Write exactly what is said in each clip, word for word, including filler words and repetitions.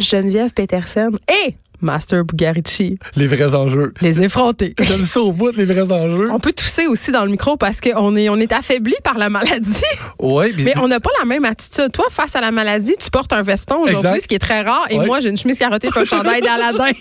Geneviève Petersen et Master Bugarici. Les vrais enjeux. Les effrontés. J'aime ça au bout, les vrais enjeux. On peut tousser aussi dans le micro parce qu'on est, on est affaibli par la maladie. Oui. Mais, mais on n'a pas la même attitude. Toi, face à la maladie, tu portes un veston aujourd'hui, ce qui est très rare. Et ouais. moi, j'ai une chemise carottée et un chandail d'Aladin.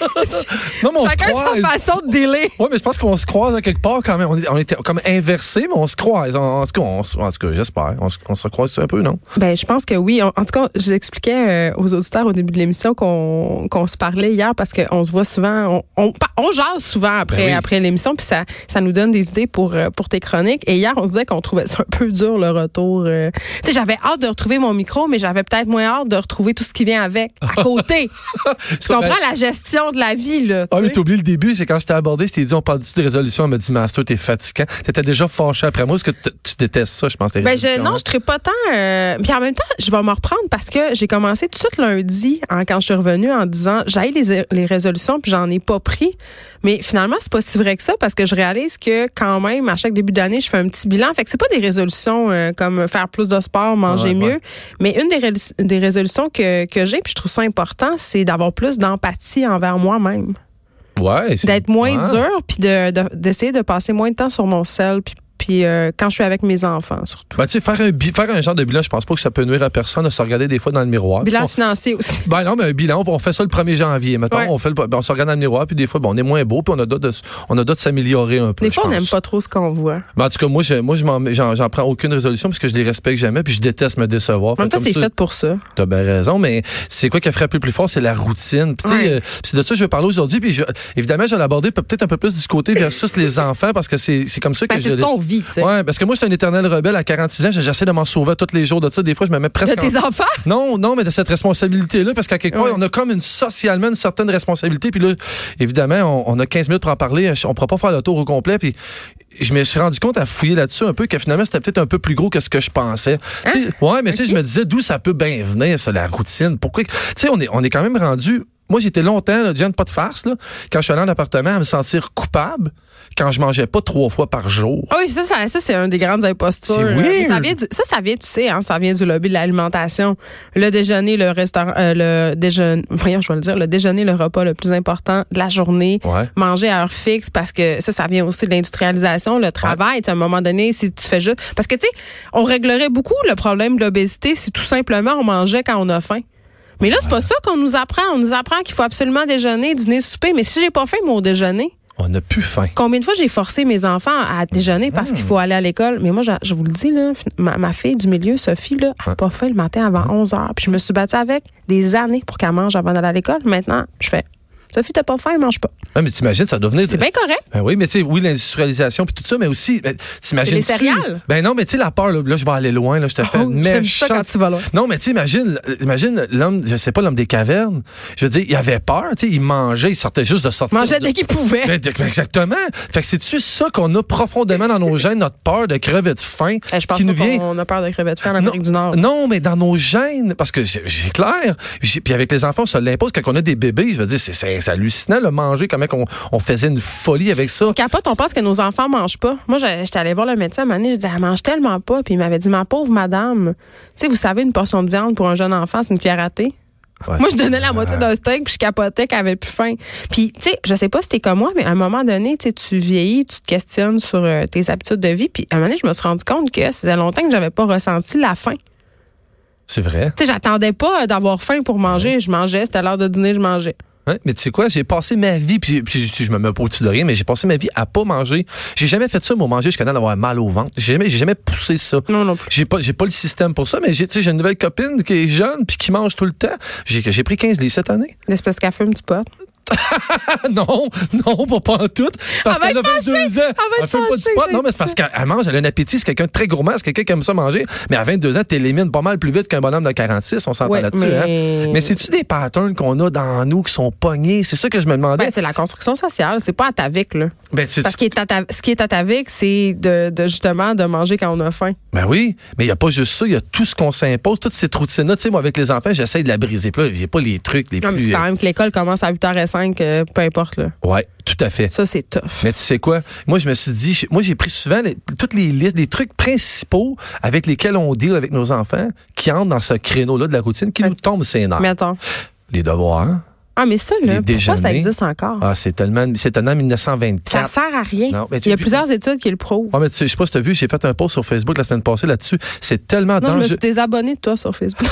Non, mais on Chacun se croise. sa façon de dealer. Oui, mais je pense qu'on se croise à quelque part quand même. On, est, on était comme inversés, mais on se croise. En, en tout cas, on, en tout cas j'espère. On, on se croise un peu, non? Ben, je pense que oui. En, en tout cas, j'expliquais euh, aux auditeurs au début de l'émission qu'on, qu'on se parlait hier parce qu'on se voit souvent, on, on, on jase souvent après, ben oui. après l'émission, puis ça, ça nous donne des idées pour, pour tes chroniques. Et hier, on se disait qu'on trouvait ça un peu dur, le retour. Euh. Tu sais, j'avais hâte de retrouver mon micro, mais j'avais peut-être moins hâte de retrouver tout ce qui vient avec, à côté. Tu comprends ben... la gestion de la vie, là. Ah, mais t'as oublié le début, c'est quand je t'ai abordé, je t'ai dit, on parle de résolution, elle m'a dit, Master, t'es fatigant. T'étais déjà fâché après moi. Est-ce que tu détestes ça, je pense, les ben je, non, hein? je ne pas tant. Euh, puis en même temps, je vais me reprendre parce que j'ai commencé tout de suite lundi, hein, quand je suis revenue, en disant, j'aille les, les résolutions, puis j'en ai pas pris. Mais finalement, c'est pas si vrai que ça parce que je réalise que quand même, à chaque début d'année, je fais un petit bilan. Fait que c'est pas des résolutions euh, comme faire plus de sport, manger ouais, mieux. Ouais. Mais une des, ré- des résolutions que, que j'ai, puis je trouve ça important, c'est d'avoir plus d'empathie envers moi-même. Ouais, c'est... D'être moins ouais. dur, puis de, de, d'essayer de passer moins de temps sur mon sel, puis Puis euh, quand je suis avec mes enfants, surtout. Ben, tu sais, faire un, bi- faire un genre de bilan, je pense pas que ça peut nuire à personne de se regarder des fois dans le miroir. Bilan on... financier aussi. Ben non, mais un bilan, on fait ça le premier janvier. Mettons, ouais. on, fait le... ben, on se regarde dans le miroir, puis des fois, ben, on est moins beau, puis on a d'autres de, on a d'autres de s'améliorer un peu. Des fois, on n'aime pas trop ce qu'on voit. Ben, en tout cas, moi, je, moi je m'en, j'en, j'en prends aucune résolution parce que je les respecte jamais, puis je déteste me décevoir. En même temps, c'est ça... fait pour ça. T'as bien raison, mais c'est quoi qui a frappé le plus fort? C'est la routine. Puis, ouais. euh, c'est de ça que je vais parler aujourd'hui. Puis, je, évidemment, je vais l'aborder peut-être un peu plus du côté versus les enfants parce que c'est, c'est comme ça que parce je. Parce que c'est ton vie, tu sais. Ouais, parce que moi, je suis un éternel rebelle à quarante-six ans. J'essaie de m'en sauver tous les jours de ça. Des fois, je me mets presque. De tes en... enfants? Non, non, mais de cette responsabilité-là, parce qu'à quelque part, ouais. on a comme une socialement une certaine responsabilité. Puis là, évidemment, on, on a quinze minutes pour en parler. On ne pourra pas faire le tour au complet. Puis je me suis rendu compte à fouiller là-dessus un peu que finalement, c'était peut-être un peu plus gros que ce que je pensais. Hein? Ouais, mais okay. tu sais, je me disais d'où ça peut bien venir, ça, la routine. Pourquoi? Tu sais, on est, on est quand même rendu. Moi, j'étais longtemps, là, Jen, pas de farce, là, quand je suis allé en appartement, à me sentir coupable quand je mangeais pas trois fois par jour. Ah oui, ça, ça, ça c'est une des grandes impostures. C'est weird. Ça vient du, ça, ça vient, tu sais, hein, ça vient du lobby de l'alimentation. Le déjeuner, le restaurant, euh, le déjeuner, voyons, je vais le dire, le déjeuner, le repas le plus important de la journée. Ouais. Manger à heure fixe parce que ça, ça vient aussi de l'industrialisation, le travail. Ouais. À un moment donné, si tu fais juste, parce que tu sais, on réglerait beaucoup le problème de l'obésité si tout simplement on mangeait quand on a faim. Mais là, c'est pas ça qu'on nous apprend. On nous apprend qu'il faut absolument déjeuner, dîner, souper. Mais si j'ai pas faim, mon déjeuner. On n'a plus faim. Combien de fois j'ai forcé mes enfants à déjeuner parce mmh. qu'il faut aller à l'école? Mais moi, je, je vous le dis, là, ma, ma fille du milieu, Sophie, là, elle n'a pas faim le matin avant onze heures. Puis je me suis battue avec des années pour qu'elle mange avant d'aller à l'école. Maintenant, je fais... Sophie, t'as pas faim, elle mange pas. Ah, mais t'imagines, ça doit venir... C'est bien correct. Ben oui, mais tu sais, oui, l'industrialisation puis tout ça, mais aussi, ben, t'imagines... Les céréales. Ben non, mais tu sais, la peur, là, là, je vais aller loin, là, je te fais oh, méchant. Ça quand tu vas loin. Non, mais tu sais, imagine, imagine l'homme, je sais pas, l'homme des cavernes. Je veux dire, il avait peur, tu sais, il mangeait, il sortait juste de sortir. Mangeait de... dès qu'il pouvait. Ben, exactement. Fait que c'est-tu ça qu'on a profondément dans nos gènes, notre peur de crever de faim? Eh, je pense qui pas nous vient... qu'on a peur de crever de faim en Amérique du Nord. Non, mais dans nos gènes, parce que c'est, c'est clair, puis avec les enfants, on se l'impose quand on a des bébés, je veux dire, c'est, c'est, c'est hallucinant, le manger, comment on, on faisait une folie avec ça. On capote, on pense que nos enfants mangent pas. Moi, j'étais allée voir le médecin à un moment donné, je disais, elle mange tellement pas. Puis il m'avait dit, ma pauvre madame, tu sais, vous savez, une portion de viande pour un jeune enfant, c'est une cuillère à thé. Ouais. Moi, je donnais la moitié d'un steak, puis je capotais qu'elle avait plus faim. Puis, tu sais, je sais pas si t'es comme moi, mais à un moment donné, tu sais, tu vieillis, tu te questionnes sur euh, tes habitudes de vie. Puis à un moment donné, je me suis rendu compte que ça faisait longtemps que j'avais pas ressenti la faim. C'est vrai. Tu sais, j'attendais pas d'avoir faim pour manger. Ouais. Je mangeais, c'était l'heure de dîner, je mangeais. Hein? Mais tu sais quoi, j'ai passé ma vie, puis, puis je me mets pas au-dessus de rien, mais j'ai passé ma vie à pas manger. J'ai jamais fait ça, moi, manger jusqu'à temps d'avoir mal au ventre. J'ai jamais, j'ai jamais poussé ça. Non, non plus. J'ai pas, j'ai pas le système pour ça, mais j'ai, tu sais, j'ai une nouvelle copine qui est jeune puis qui mange tout le temps. J'ai, j'ai pris quinze livres cette année. L'espèce qu'elle fume du pot. non, non, pas, pas en tout. Parce qu'elle a vingt-deux ans. Elle, elle fume pas du pot. Non, mais c'est parce qu'elle mange, elle a un appétit. C'est quelqu'un de très gourmand, c'est quelqu'un qui aime ça manger. Mais à vingt-deux ans, t'élimines pas mal plus vite qu'un bonhomme de quarante-six. On s'entend ouais, là-dessus. Mais... Hein? Mais c'est-tu des patterns qu'on a dans nous qui sont pognés? C'est ça que je me demandais. Ben, c'est la construction sociale. C'est pas atavique, là. Ben, tu, parce que ce qui est atavique, c'est de, de justement de manger quand on a faim. Ben oui, mais il n'y a pas juste ça. Il y a tout ce qu'on s'impose, toute cette routine-là. Tu sais, moi, avec les enfants, j'essaie de la briser. Puis là, il n'y a pas les trucs les non, plus. Mais quand même que l'école commence à huit heures cinq, euh, peu importe, là. Ouais. Tout à fait. Ça, c'est tough. Mais tu sais quoi? Moi, je me suis dit, moi, j'ai pris souvent les, toutes les listes, les trucs principaux avec lesquels on deal avec nos enfants qui entrent dans ce créneau-là de la routine qui ouais. nous tombe ses nerfs. Mais attends. Les devoirs. Ah, mais ça, là, Les pourquoi déjeuners. ça existe encore? Ah, c'est tellement, c'est tellement mille neuf cent vingt-quatre. Ça sert à rien. Non, mais tu- Il y a plusieurs études qui le prouvent. Ouais, mais tu sais, je sais pas si tu as vu, j'ai fait un post sur Facebook la semaine passée là-dessus. C'est tellement Non, je me dangereux. suis désabonnée de toi sur Facebook.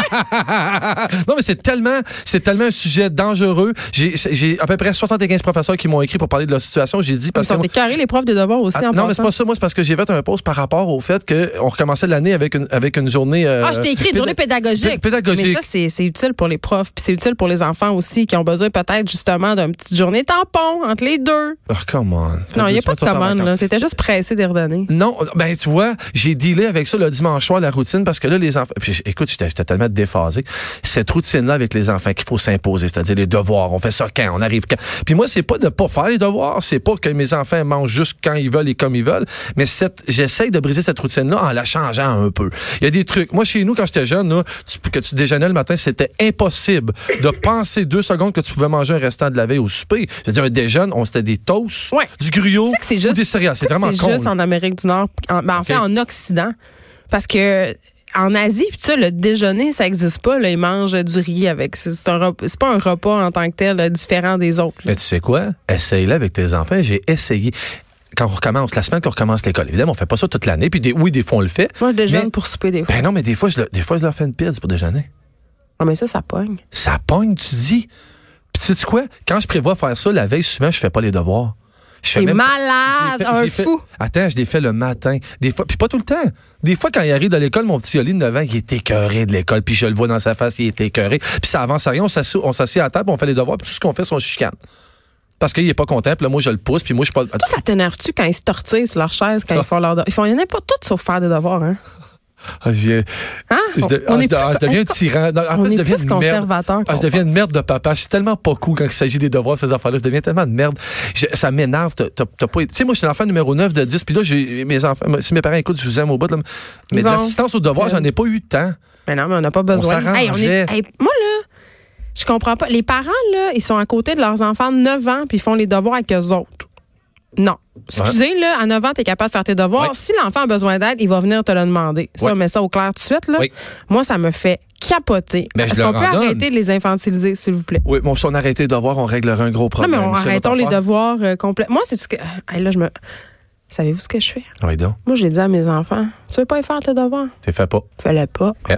Non, mais c'est tellement, c'est tellement un sujet dangereux. J'ai, j'ai à peu près soixante-quinze professeurs qui m'ont écrit pour parler de leur situation. J'ai dit Ils parce que sont écœurés, les profs de devoirs aussi, Ah, en non, mais c'est passant. pas ça. Moi, c'est parce que j'ai fait un post par rapport au fait qu'on recommençait l'année avec une, avec une journée. Euh, Ah, je t'ai écrit une journée pédagogique. P- pédagogique. Mais ça, c'est, c'est utile pour les profs. Puis c'est utile pour les enfants aussi qui ont besoin peut-être justement d'une petite journée tampon entre les deux. Oh, come on. Non, il n'y a Deux pas de semaines, ça commande, va là. quand- T'étais juste pressé d'y redonner. Non, ben tu vois, j'ai dealé avec ça le dimanche soir, la routine, parce que là, les enfants... Puis, écoute, j'étais j'étais tellement déphasé. Cette routine-là avec les enfants qu'il faut s'imposer, c'est-à-dire les devoirs, on fait ça quand, on arrive quand. Puis moi, c'est pas de pas faire les devoirs, c'est pas que mes enfants mangent juste quand ils veulent et comme ils veulent, mais cette, j'essaye de briser cette routine-là en la changeant un peu. Il y a des trucs. Moi, chez nous, quand j'étais jeune, là, tu- que tu déjeunais le matin, c'était impossible de penser deux secondes que tu pouvais manger un restant de la veille au souper. Je veux dire, un déjeune, on c'était des toasts, Ouais. du gruyot Tu sais que c'est ou juste, des céréales. C'est tu sais que vraiment c'est con. juste là. en Amérique du Nord, en, ben, en fait Ok. en Occident, parce que en Asie, puis ça, le déjeuner, ça existe pas. Là, ils mangent du riz avec. C'est, c'est, un repas, c'est pas un repas en tant que tel là, différent des autres. Là. Mais tu sais quoi? Essaye-le avec tes enfants. J'ai essayé. Quand on recommence, la semaine qu'on recommence l'école, évidemment, on fait pas ça toute l'année. Puis des, oui, des fois, on le fait. Moi, je déjeune mais- pour souper des fois. Ben non, mais des fois, je, le- des fois, je leur fais une pizza pour déjeuner. Ah, mais ça, ça pogne. Ça pogne, tu dis. Puis sais-tu quoi? Quand je prévois faire ça, la veille, souvent, je fais pas les devoirs. Je fais T'es même- malade, j'ai fait- un j'ai fait- fou. Attends, je les fais le matin. Des fois, puis pas tout le temps. Des fois, quand il arrive de l'école, mon petit Oli de neuf ans, il est écœuré de l'école, puis je le vois dans sa face, il est écœuré. Puis ça avance à rien, on s'assied, on s'assied à la table, on fait les devoirs, puis tout ce qu'on fait, c'est on chicane. Parce qu'il est pas content, puis là, moi, je le pousse, puis moi, je suis pas... Toi, ça t'énerve-tu quand ils se tortillent sur leur chaise, quand Ah. ils font leur... Ils font rien pas tout sauf faire des devoirs, hein? Ah, je viens- Hein? je de- On ah, est je de- plus- ah, je deviens un est-ce tyran. Non, en on fait, je est deviens plus une merde. conservateur Ah, je qu'on deviens une merde de papa. Je suis tellement pas cool quand il s'agit des devoirs, ces affaires-là. Je deviens tellement de merde. Je- ça m'énerve. T'as- t'as- t'as pas- Tu sais, moi, je suis l'enfant numéro neuf de dix. Puis là, j'ai mes enfants. Si mes parents écoutent, je vous aime au bout. Là, mais Ils de vont. l'assistance aux devoirs, j'en ai pas eu tant. Mais non, mais on n'a pas besoin. s'arrangeait. Hey, on est, hey, moi, là, je comprends pas. Les parents, là, ils sont à côté de leurs enfants de neuf ans puis ils font les devoirs avec eux autres. Non. Excusez, là, à neuf ans, tu es capable de faire tes devoirs. Ouais. Si l'enfant a besoin d'aide, il va venir te le demander. Ça, Ouais. mets ça au clair tout de suite, là. Oui. Moi, ça me fait capoter. Mais je Est-ce leur qu'on peut en donne. arrêter de les infantiliser, s'il vous plaît? Oui, bon, si on arrêtait les devoirs, on réglerait un gros Non, problème. mais on, C'est arrêtons notre les affaire. devoirs euh, complets. Moi, c'est ce que. Hey, là, je me. Savez-vous ce que je fais? Oui, donc. Moi, j'ai dit à mes enfants, tu veux pas y faire tes devoirs? T'es fait pas. Fais-le pas. Ouais.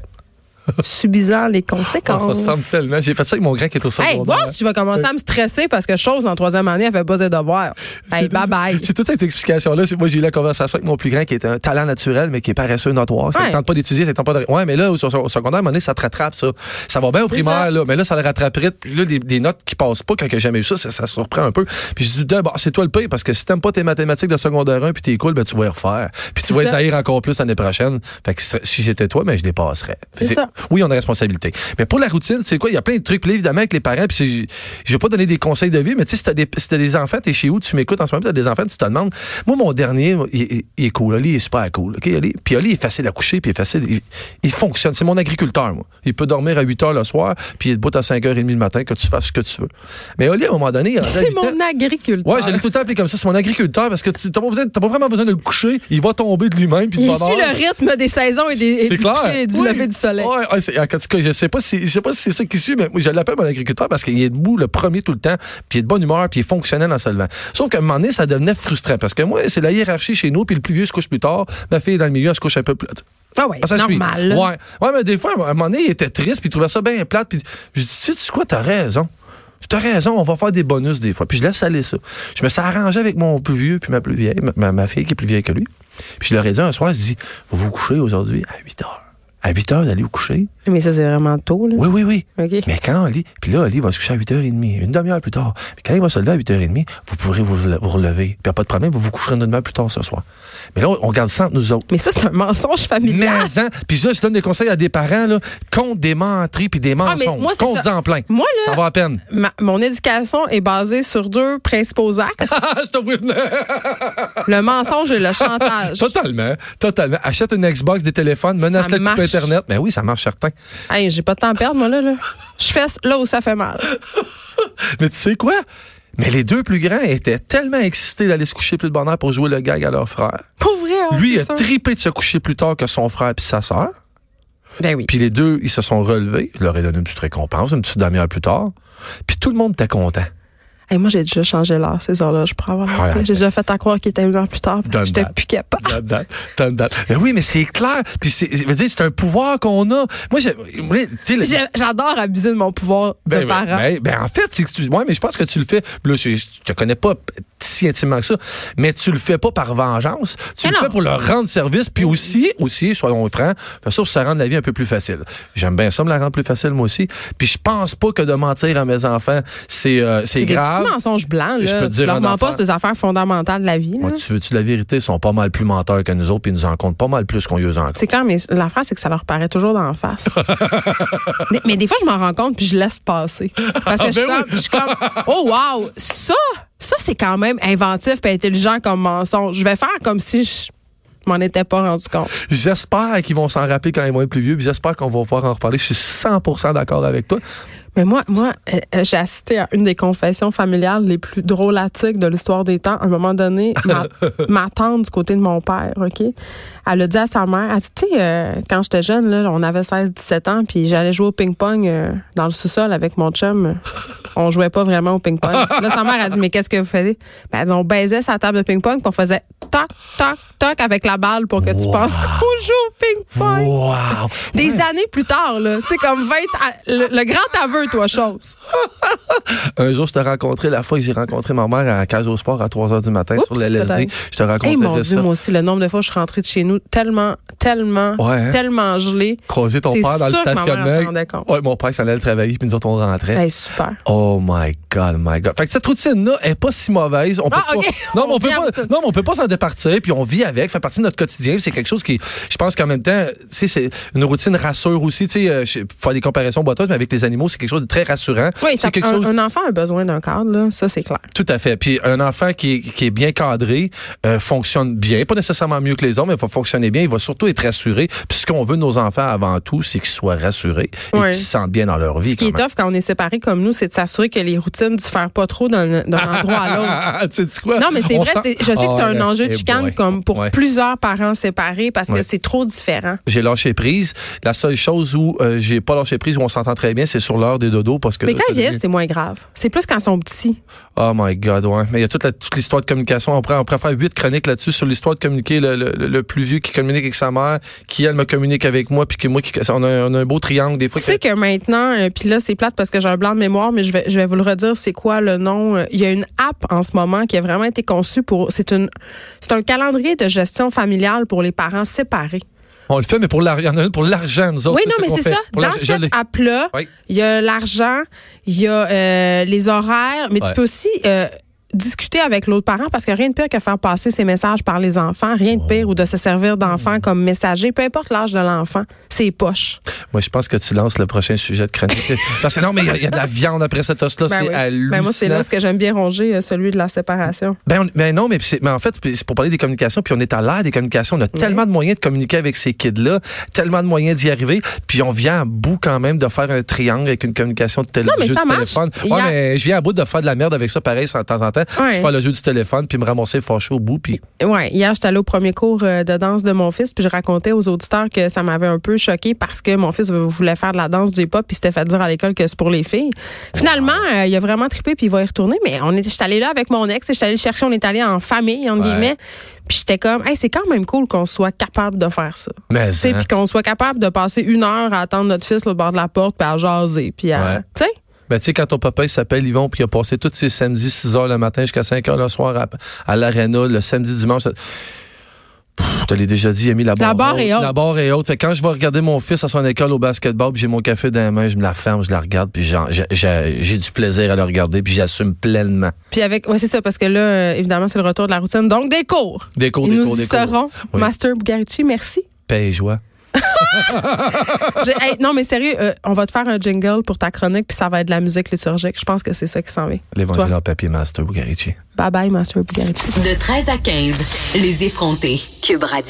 Subisant les On conséquences. se ressemble tellement. J'ai fait ça avec mon grand qui est au Hey, secondaire. voir si je vais commencer à me stresser parce que chose en troisième année, elle fait pas ses devoirs. Hey, C'est- bye bye. C'est toute cette explication-là. C'est- Moi, j'ai eu la conversation avec mon plus grand qui est un talent naturel, mais qui est paresseux notoire. Qui Ouais. ne tente pas d'étudier, ça tente pas de. Ouais, mais là, au, au secondaire, à un moment donné, ça te rattrape, ça. Ça va bien au C'est primaire, ça. là. Mais là, ça le rattraperait. Puis là, des, des notes qui passent pas quand j'ai jamais eu ça, ça, ça surprend un peu. Puis je dis, bah, c'est toi le pire, parce que si t'aimes pas tes mathématiques de secondaire un puis t'es cool, ben, tu vas y refaire. Puis tu C'est vas ça. les haïr encore plus l'année prochaine. Fait que si j'étais toi, ben, je les passerais. C'est ça. Oui, on a responsabilité. Mais pour la routine, c'est quoi? Il y a plein de trucs. Puis là, évidemment, avec les parents, puis c'est- je vais pas donner des conseils de vie, mais tu sais, si t'as des, si t'as des enfants, t'es chez où, tu m'écoutes en ce moment, t'as des enfants, tu te demandes. Moi, mon dernier, il, il- il est cool. Oli, il est super cool. OK, Oli? Puis Oli, il est facile à coucher, puis il est facile. Il, il fonctionne. C'est mon agriculteur, moi. Il peut dormir à huit heures le soir, puis il est debout à cinq heures trente le matin, que tu fasses ce que tu veux. Mais Oli, à un moment donné, il est rendu à C'est huit ans. mon agriculteur. Ouais, j'allais tout le temps appeler comme ça. C'est mon agriculteur parce que tu t'as pas, besoin- t'as pas vraiment besoin de le coucher. Il va tomber de lui-même. Puis de Il bonheur. suit le rythme des saisons et, des, et C'est du, clair. coucher- du Oui. lever du soleil. Ouais, ouais, c'est- en tout cas, je sais pas si, je sais pas si c'est ça qui suit, mais moi, je l'appelle mon agriculteur parce qu'il est debout le premier tout le temps, puis il est de bonne humeur, puis il est fonctionnel en se levant. Sauf qu'à un moment donné, ça devenait frustrant parce que moi, c'est la hiérarchie chez nous, puis le plus vieux se couche plus tard, ma fille est dans le milieu, elle se couche un peu plus. Ah ouais, Ah, ça c'est suit. normal. là. Ouais. Ouais, mais des fois, à un moment donné, il était triste, puis il trouvait ça bien plate, puis je dis, tu sais quoi, t'as raison. T'as raison, on va faire des bonus des fois. Puis je laisse aller ça. Je me suis arrangé avec mon plus vieux puis ma plus vieille, ma, ma fille qui est plus vieille que lui. Puis je leur ai dit un soir, je dis, vous vous couchez aujourd'hui à huit heures. À huit heures, vous allez vous coucher? Mais ça, c'est vraiment tôt. Là. Oui, oui, oui. OK. Mais quand Oli, puis là, Oli va se coucher à huit heures trente, une demi-heure plus tard. Puis quand il va se lever à huit heures trente, vous pourrez vous, vous relever. Puis il n'y a pas de problème, vous vous coucherez une demi-heure plus tard ce soir. Mais là, on garde ça entre nous autres. Mais ça, c'est un mensonge familial. Mais, hein, puis là, je donne des conseils à des parents, là, contre des menteries puis des Ah, mais mensonges. moi, c'est Contre ça. en plein. Moi, là, Ça va à peine. ma- mon éducation est basée sur deux principaux axes. Je te vois venir. Le mensonge et le chantage. Totalement, totalement. Achète une Xbox, des téléphones, menace-les de couper marche. Internet. Ben oui, ça marche certain. Hey, j'ai pas de temps à perdre, moi, là. là. Je fais là où ça fait mal. Mais tu sais quoi? Mais les deux plus grands étaient tellement excités d'aller se coucher plus de bonne heure pour jouer le gag à leur frère. Pour vrai, hein, Lui, il c'est a sûr. tripé de se coucher plus tard que son frère et sa sœur. Ben oui. Puis les deux, ils se sont relevés. Je leur ai donné une petite récompense, une petite demi-heure plus tard. Puis tout le monde était content. Hey, moi, j'ai déjà changé l'heure, ces heures-là, pour avoir Ouais, J'ai déjà fait à croire qu'il était une heure plus tard parce Donne que j'étais date. plus capable. Donne date. Donne date. Ben oui, mais c'est clair. Puis c'est, je veux dire, c'est un pouvoir qu'on a. Moi, j'ai, moi, tu sais, le- J'ai- J'adore abuser de mon pouvoir Ben, de ben, parent. ben, ben, en fait, c'est que tu, ouais, mais je pense que tu le fais. Là, je, je te connais pas si intimement que ça, mais tu le fais pas par vengeance. Tu Mais le non. fais pour leur rendre service, puis aussi, aussi, soyons francs, faire ça pour se rendre la vie un peu plus facile. J'aime bien ça me la rendre plus facile moi aussi. Puis je pense pas que de mentir à mes enfants, c'est, euh, c'est, C'est des grave. petits mensonges blancs. Je Là. peux te Tu dire leur un mens pas enfant- sur des affaires fondamentales de la vie. Là. Ouais, tu veux-tu la vérité? Ils sont pas mal plus menteurs que nous autres, puis ils nous en comptent pas mal plus qu'on y en compte. C'est clair, mais l'affaire, c'est que ça leur paraît toujours d'en face. mais, mais des fois, je m'en rends compte puis je laisse passer. Parce que Ah, je, suis ben comme, je suis comme, oh wow, ça, ça c'est quand même inventif et intelligent comme mensonge. Je vais faire comme si je m'en étais pas rendu compte. J'espère qu'ils vont s'en rappeler quand ils vont être plus vieux, puis j'espère qu'on va pouvoir en reparler. Je suis cent pour cent d'accord avec toi. Mais moi, moi, euh, euh, j'ai assisté à une des confessions familiales les plus drôlatiques de l'histoire des temps. À un moment donné, ma, ma tante du côté de mon père, OK, elle a dit à sa mère, elle dit, tu sais, euh, quand j'étais jeune, là, on avait seize dix-sept ans, puis j'allais jouer au ping-pong euh, dans le sous-sol avec mon chum. On jouait pas vraiment au ping-pong. Là, sa mère a dit, mais qu'est-ce que vous faites? Ben, elle dit, on baisait sa table de ping-pong, puis on faisait toc, toc, toc avec la balle pour que tu Wow. penses qu'on joue au ping-pong. Wow! Des Ouais. années plus tard, là, tu sais, comme vingt, à- le, le grand aveu, toi, chose. Un jour, je t'ai rencontré, la fois que j'ai rencontré ma mère à Cage au Sport à trois heures du matin Oups, sur le L S D. peut-être. Je te racontais Hey, mon Dieu, ça. moi aussi, le nombre de fois où je suis rentrée de chez nous tellement, tellement, Ouais, hein? tellement gelée. Croiser ton C'est père dans le sûr que ma mère s'en stationnement. rendait compte. Ouais, mon père s'en allait travailler, puis nous autres, on rentrait. Hey, super. Oh my God, my God. Fait que cette routine-là est pas si mauvaise. On peut Ah, pas, OK. non, mais on On peut vit en pas, routine. non, mais on peut pas s'en départir, puis on vit avec, fait partie de notre quotidien. puis C'est quelque chose qui, je pense qu'en même temps, tu sais, c'est une routine rassure aussi. Tu sais, euh, je- faire des comparaisons boiteuses, mais avec les animaux, c'est quelque chose de très rassurant. Oui, c'est ça, quelque un, chose. un enfant a besoin d'un cadre, là, ça, c'est clair. Tout à fait. Puis un enfant qui est, qui est bien cadré euh, fonctionne bien, pas nécessairement mieux que les autres, mais il va fonctionner bien. Il va surtout être rassuré. Puis ce qu'on veut de nos enfants avant tout, c'est qu'ils soient rassurés et Ouais. qu'ils se sentent bien dans leur vie. Ce qui est quand même. tough quand on est séparés comme nous, c'est de s'assurer que les routines diffèrent pas trop d'un d'un endroit à l'autre. Ah, tu sais quoi? Non, mais c'est On vrai, sent- c'est- je sais que c'est Ah, un ouais. enjeu de Eh chicane boy. comme pour Ouais. plusieurs parents séparés parce que Ouais. c'est trop différent. J'ai lâché prise. La seule chose où euh, j'ai pas lâché prise, où on s'entend très bien, c'est sur l'heure des dodos. Parce que Mais là, quand ça ils vieillissent, devient- c'est moins grave. C'est plus quand ils sont petits. Oh my God, ouais. Mais il y a toute, la- toute l'histoire de communication. On pourrait, on pourrait faire huit chroniques là-dessus sur l'histoire de communiquer. Le, le, le plus vieux qui communique avec sa mère, qui, elle, me communique avec moi, puis que moi, qui, on, a, on a un beau triangle des fois. Tu sais que- que maintenant, euh, puis là, c'est plate parce que j'ai un blanc de mémoire, mais je vais, je vais vous le redire, c'est quoi le nom? Euh, Il y a une app en ce moment qui a vraiment été conçue pour... C'est une, c'est un calendrier de gestion familiale pour les parents séparés. On le fait, mais pour l'argent. Il y en a une pour l'argent, nous autres. Oui, C'est non, ça mais qu'on c'est fait. ça. Pour Dans l'argent, je cette l'ai. app-là, Oui. il y a l'argent, il y a euh, les horaires, mais Ouais. tu peux aussi... euh, discuter avec l'autre parent parce que rien de pire que faire passer ses messages par les enfants, rien de pire ou de se servir d'enfants comme messager, peu importe l'âge de l'enfant, c'est poche. Moi, je pense que tu lances le prochain sujet de chronique. Parce que non, mais il y a- il y, a de la viande après cet os-là. Ben c'est oui. hallucinant. Ben moi, c'est là ce que j'aime bien ronger, euh, celui de la séparation. Ben, on- ben non, mais, c'est, mais en fait, c'est pour parler des communications, puis on est à l'ère des communications. On a tellement de moyens de communiquer avec ces kids-là, tellement de moyens d'y arriver, puis on vient à bout quand même de faire un triangle avec une communication de tel Non, mais jeu ça du marche. téléphone. Il y Ouais, a- mais je viens à bout de faire de la merde avec ça, pareil, de temps en temps. Ouais. Je fais le jeu du téléphone, puis me ramasser fâché au bout, puis... Ouais, hier, j'étais allée au premier cours euh, de danse de mon fils, puis je racontais aux auditeurs que ça m'avait un peu choqué parce que mon fils voulait faire de la danse du hip-hop, puis s'était fait dire à l'école que c'est pour les filles. Finalement, euh, il a vraiment trippé, puis il va y retourner, mais on est, j'étais allée là avec mon ex, et j'étais allée le chercher, on est allé en famille, entre Ouais. guillemets, puis j'étais comme, hey, c'est quand même cool qu'on soit capable de faire ça. Mais, Tu sais, hein. puis qu'on soit capable de passer une heure à attendre notre fils là, au bord de la porte, puis à jaser, puis à... Ouais. Tu sais? Ben, tu sais, quand ton papa, il s'appelle Yvon, puis il a passé tous ses samedis, six heures le matin jusqu'à cinq heures le soir à, à l'aréna, le samedi, dimanche. Pff, je te l'ai déjà dit, il a mis la barre, La barre est haute. La barre est haute. Fait que quand je vais regarder mon fils à son école au basketball, puis j'ai mon café dans la main, je me la ferme, je la regarde, puis j'en- j'ai, j'ai, j'ai du plaisir à le regarder, puis j'assume pleinement. Puis avec... Ouais, c'est ça, parce que là, euh, évidemment, c'est le retour de la routine. Donc, des cours! Des cours, Et des nous cours, y des cours. serons. Oui. Master Bugarici, merci. Paix et joie. J'ai- hey, non, mais sérieux, euh, on va te faire un jingle pour ta chronique, puis ça va être de la musique liturgique. Je pense que c'est ça qui s'en vient. L'évangile Toi. en papier, Master Bugarici. Bye bye, Master Bugarici. De treize à quinze, les effrontés. Cube Radio.